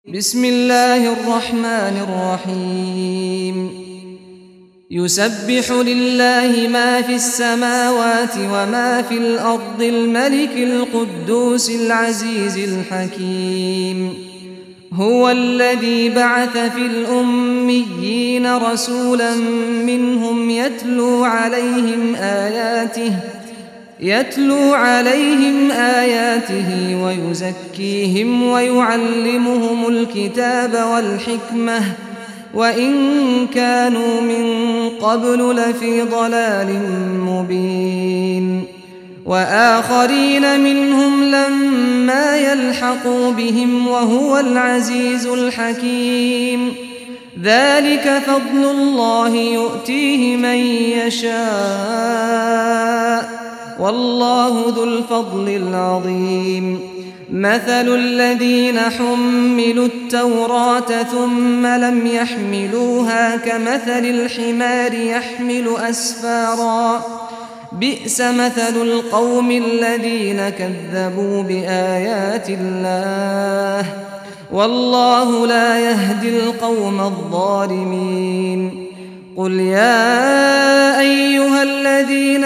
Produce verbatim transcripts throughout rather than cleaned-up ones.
بسم الله الرحمن الرحيم يسبح لله ما في السماوات وما في الأرض الملك القدوس العزيز الحكيم هو الذي بعث في الأميين رسولا منهم يتلو عليهم آياته يتلو عليهم آياته ويزكيهم ويعلمهم الكتاب والحكمة وإن كانوا من قبل لفي ضلال مبين وآخرين منهم لما يلحقوا بهم وهو العزيز الحكيم ذلك فضل الله يؤتيه من يشاء والله ذو الفضل العظيم مثل الذين حملوا التوراة ثم لم يحملوها كمثل الحمار يحمل أسفارا بئس مثل القوم الذين كذبوا بآيات الله والله لا يهدي القوم الظالمين قل يا أيها الذين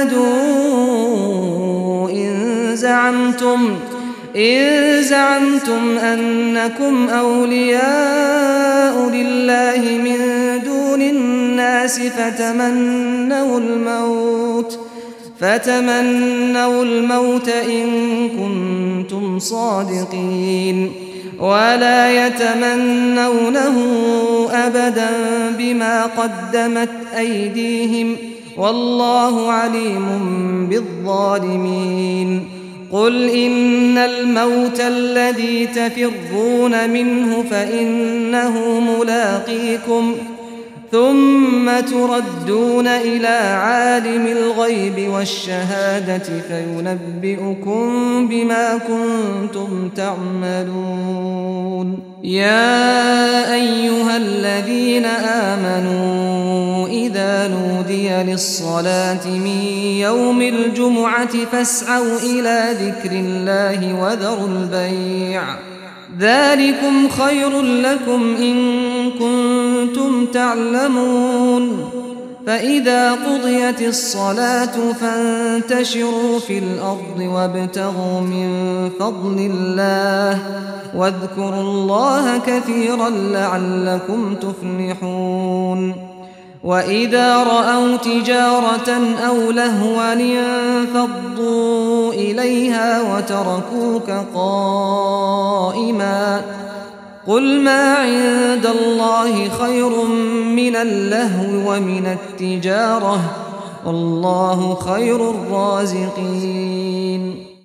هادوا إن زعمتم إن زعمتم أنكم أولياء لله من دون الناس فتمنوا الموت فتمنوا الموت إن كنتم صادقين ولا يتمنونه أبدا بما قدمت أيديهم والله عليم بالظالمين قل إن الموت الذي تفرون منه فإنه ملاقيكم ثم تردون إلى عالم الغيب والشهادة فينبئكم بما كنتم تعملون يا أيها الذين آمنوا إذا نودي للصلاة من يوم الجمعة فاسعوا إلى ذكر الله وذروا البيع ذلكم خير لكم إن كنتم تعلمون فإذا قضيت الصلاة فانتشروا في الأرض وابتغوا من فضل الله واذكروا الله كثيرا لعلكم تفلحون وإذا رأوا تجارة أو لهوا انفضوا إليها وتركوك قائما قل ما عند الله خير من اللهو ومن التجارة والله خير الرازقين